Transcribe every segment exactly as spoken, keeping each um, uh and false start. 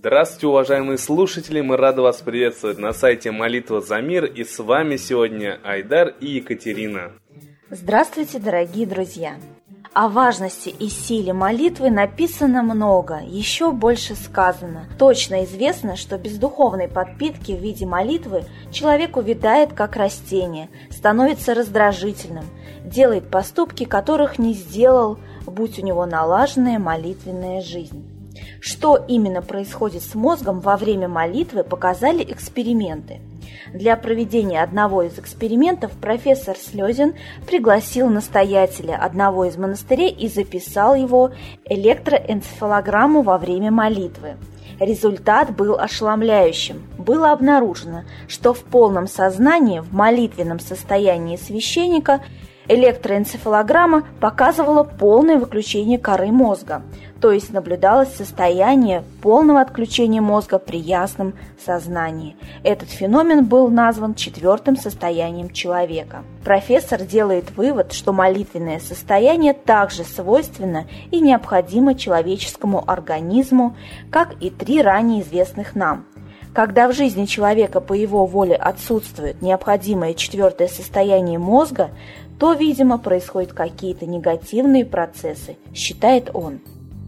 Здравствуйте, уважаемые слушатели, мы рады вас приветствовать на сайте «Молитва за мир», и с вами сегодня Айдар и Екатерина. Здравствуйте, дорогие друзья! О важности и силе молитвы написано много, еще больше сказано. Точно известно, что без духовной подпитки в виде молитвы человек увядает как растение, становится раздражительным, делает поступки, которых не сделал, будь у него налаженная молитвенная жизнь. Что именно происходит с мозгом во время молитвы, показали эксперименты. Для проведения одного из экспериментов профессор Слезин пригласил настоятеля одного из монастырей и записал его электроэнцефалограмму во время молитвы. Результат был ошеломляющим. Было обнаружено, что в полном сознании, в молитвенном состоянии священника, электроэнцефалограмма показывала полное выключение коры мозга, то есть наблюдалось состояние полного отключения мозга при ясном сознании. Этот феномен был назван четвертым состоянием человека. Профессор делает вывод, что молитвенное состояние также свойственно и необходимо человеческому организму, как и три ранее известных нам. Когда в жизни человека по его воле отсутствует необходимое четвертое состояние мозга, то, видимо, происходят какие-то негативные процессы, считает он.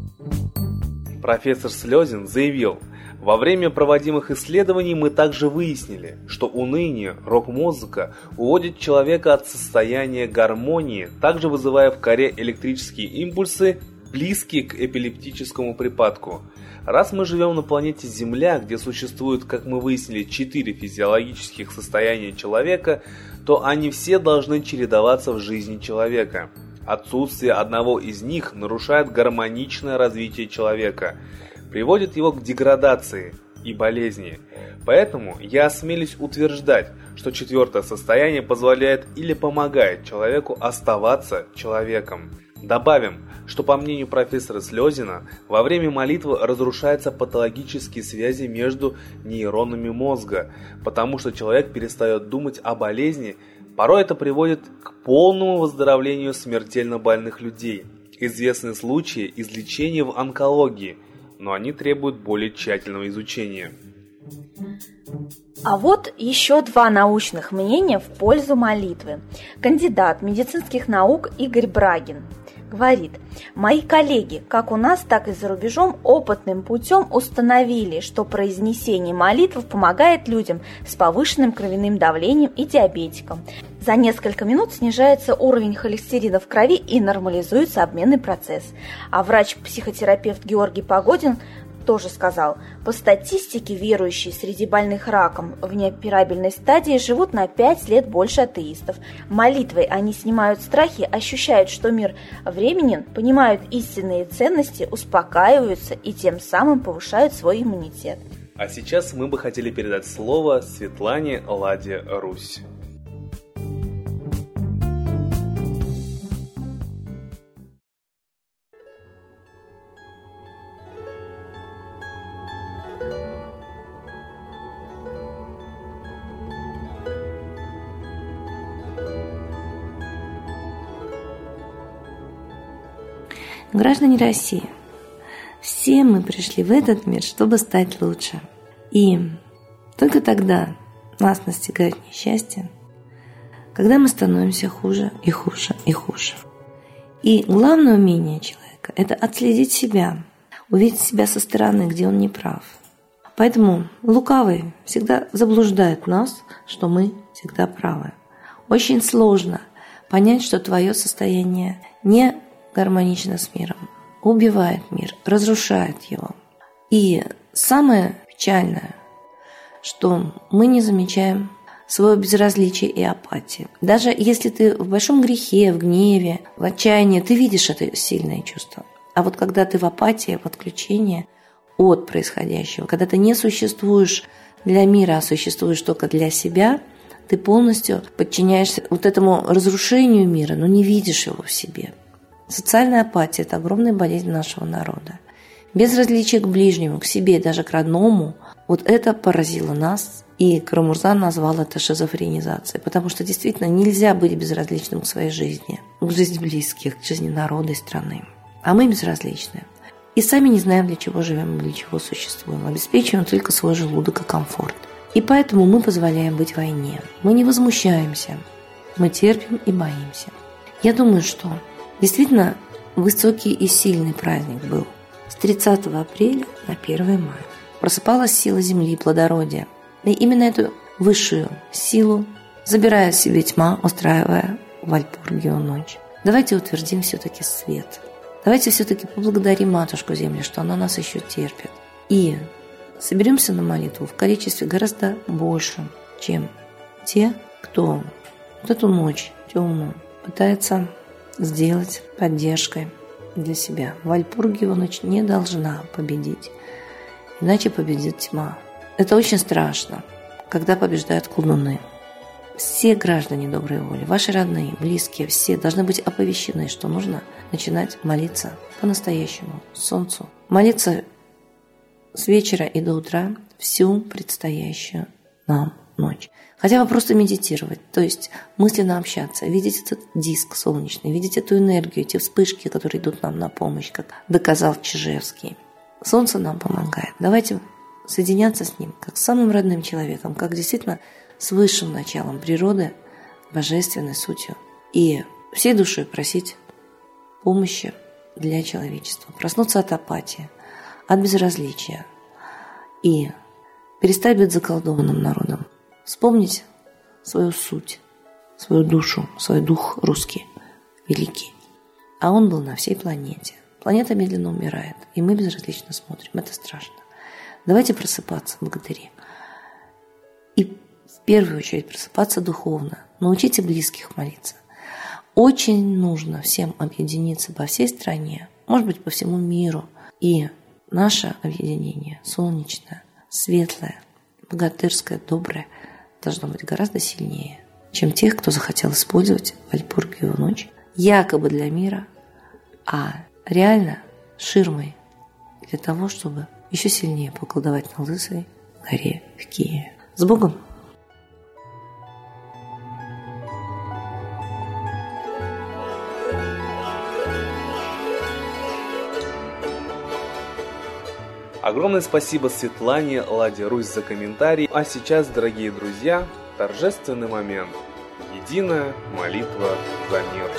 Профессор Слезин заявил: во время проводимых исследований мы также выяснили, что уныние, рок-музыка уводит человека от состояния гармонии, также вызывая в коре электрические импульсы, близкие к эпилептическому припадку. Раз мы живем на планете Земля, где существует, как мы выяснили, четыре физиологических состояния человека, то они все должны чередоваться в жизни человека. Отсутствие одного из них нарушает гармоничное развитие человека, приводит его к деградации и болезни. Поэтому я осмелюсь утверждать, что четвертое состояние позволяет или помогает человеку оставаться человеком. Добавим, что по мнению профессора Слезина, во время молитвы разрушаются патологические связи между нейронами мозга, потому что человек перестает думать о болезни. Порой это приводит к полному выздоровлению смертельно больных людей. Известны случаи излечения в онкологии, но они требуют более тщательного изучения. А вот еще два научных мнения в пользу молитвы. Кандидат медицинских наук Игорь Брагин говорит: мои коллеги, как у нас, так и за рубежом, опытным путем установили, что произнесение молитв помогает людям с повышенным кровяным давлением и диабетикам. За несколько минут снижается уровень холестерина в крови и нормализуется обменный процесс. А врач-психотерапевт Георгий Погодин тоже сказал: по статистике, верующие среди больных раком в неоперабельной стадии живут на пять лет больше атеистов. Молитвой они снимают страхи, ощущают, что мир временен, понимают истинные ценности, успокаиваются и тем самым повышают свой иммунитет. А сейчас мы бы хотели передать слово Светлане Ладе Русь. Граждане России, все мы пришли в этот мир, чтобы стать лучше. И только тогда нас настигает несчастье, когда мы становимся хуже и хуже и хуже. И главное умение человека – это отследить себя, увидеть себя со стороны, где он не прав. Поэтому лукавый всегда заблуждает нас, что мы всегда правы. Очень сложно понять, что твое состояние не гармонично с миром, убивает мир, разрушает его. И самое печальное, что мы не замечаем свое безразличие и апатию. Даже если ты в большом грехе, в гневе, в отчаянии, ты видишь это сильное чувство. А вот когда ты в апатии, в отключении от происходящего, когда ты не существуешь для мира, а существуешь только для себя, ты полностью подчиняешься вот этому разрушению мира, но не видишь его в себе. Социальная апатия – это огромная болезнь нашего народа. Безразличие к ближнему, к себе, даже к родному – вот это поразило нас, и Карамурза назвал это шизофренизацией, потому что действительно нельзя быть безразличным к своей жизни, к жизни близких, к жизни народа и страны. А мы безразличны. И сами не знаем, для чего живем, для чего существуем. Обеспечиваем только свой желудок и комфорт. И поэтому мы позволяем быть в войне. Мы не возмущаемся. Мы терпим и боимся. Я думаю, что действительно высокий и сильный праздник был с тридцатого апреля на первое мая. Просыпалась сила Земли, плодородия. И именно эту высшую силу забирая себе тьма, устраивая Вальпургию ночь. Давайте утвердим все-таки свет. Давайте все-таки поблагодарим Матушку Землю, что она нас еще терпит. И соберемся на молитву в количестве гораздо большем, чем те, кто вот эту ночь темную пытается сделать поддержкой для себя. Вальпургиева ночь не должна победить, иначе победит тьма. Это очень страшно, когда побеждают колдуны. Все граждане доброй воли, ваши родные, близкие, все должны быть оповещены, что нужно начинать молиться по-настоящему, солнцу. Молиться с вечера и до утра всю предстоящую нам ночь. Хотя бы просто медитировать, то есть мысленно общаться, видеть этот диск солнечный, видеть эту энергию, эти вспышки, которые идут нам на помощь, как доказал Чижевский. Солнце нам помогает. Давайте соединяться с ним, как с самым родным человеком, как действительно с высшим началом природы, божественной сутью. И всей душой просить помощи для человечества. Проснуться от апатии, от безразличия. И перестать быть заколдованным народом. Вспомнить свою суть, свою душу, свой дух русский, великий. А он был на всей планете. Планета медленно умирает, и мы безразлично смотрим. Это страшно. Давайте просыпаться, богатыри. И в первую очередь просыпаться духовно. Научите близких молиться. Очень нужно всем объединиться по всей стране, может быть, по всему миру. И наше объединение солнечное, светлое, богатырское, доброе должно быть гораздо сильнее, чем тех, кто захотел использовать Вальпургиеву ночь якобы для мира, а реально ширмой для того, чтобы еще сильнее поколдовать на Лысой горе в Киеве. С Богом! Огромное спасибо Светлане Ладе Русь за комментарий. А сейчас, дорогие друзья, торжественный момент. Единая молитва за мир.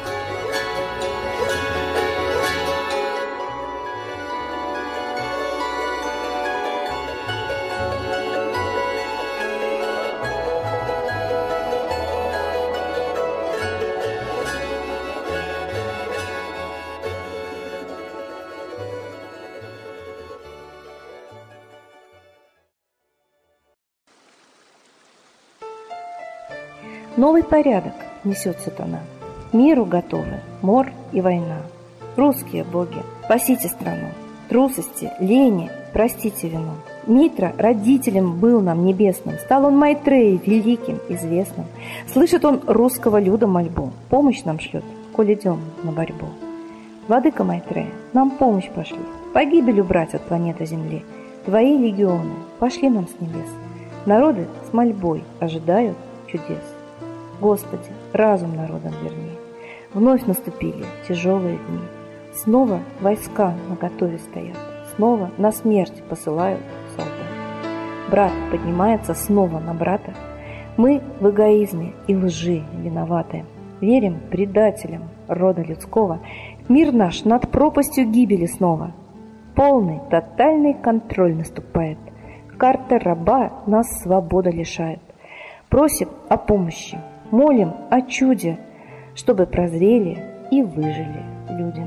Новый порядок несет сатана. Миру готовы мор и война. Русские боги, спасите страну. Трусости, лени, простите вину. Митра родителем был нам небесным, стал он Майтреей великим, известным. Слышит он русского люда мольбу, помощь нам шлет, коль идем на борьбу. Владыка Майтрея, нам помощь пошли, погибель убрать от планеты Земли. Твои легионы пошли нам с небес. Народы с мольбой ожидают чудес. Господи, разум народом верни. Вновь наступили тяжелые дни. Снова войска наготове стоят. Снова на смерть посылают солдат. Брат поднимается снова на брата. Мы в эгоизме и лжи виноваты. Верим предателям рода людского. Мир наш над пропастью гибели снова. Полный, тотальный контроль наступает. Карта раба нас свободы лишает. Просим о помощи. Молим о чуде, чтобы прозрели и выжили люди.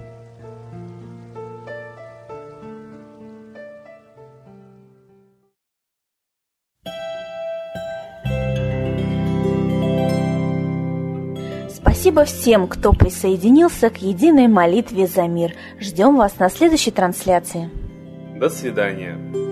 Спасибо всем, кто присоединился к единой молитве за мир. Ждем вас на следующей трансляции. До свидания.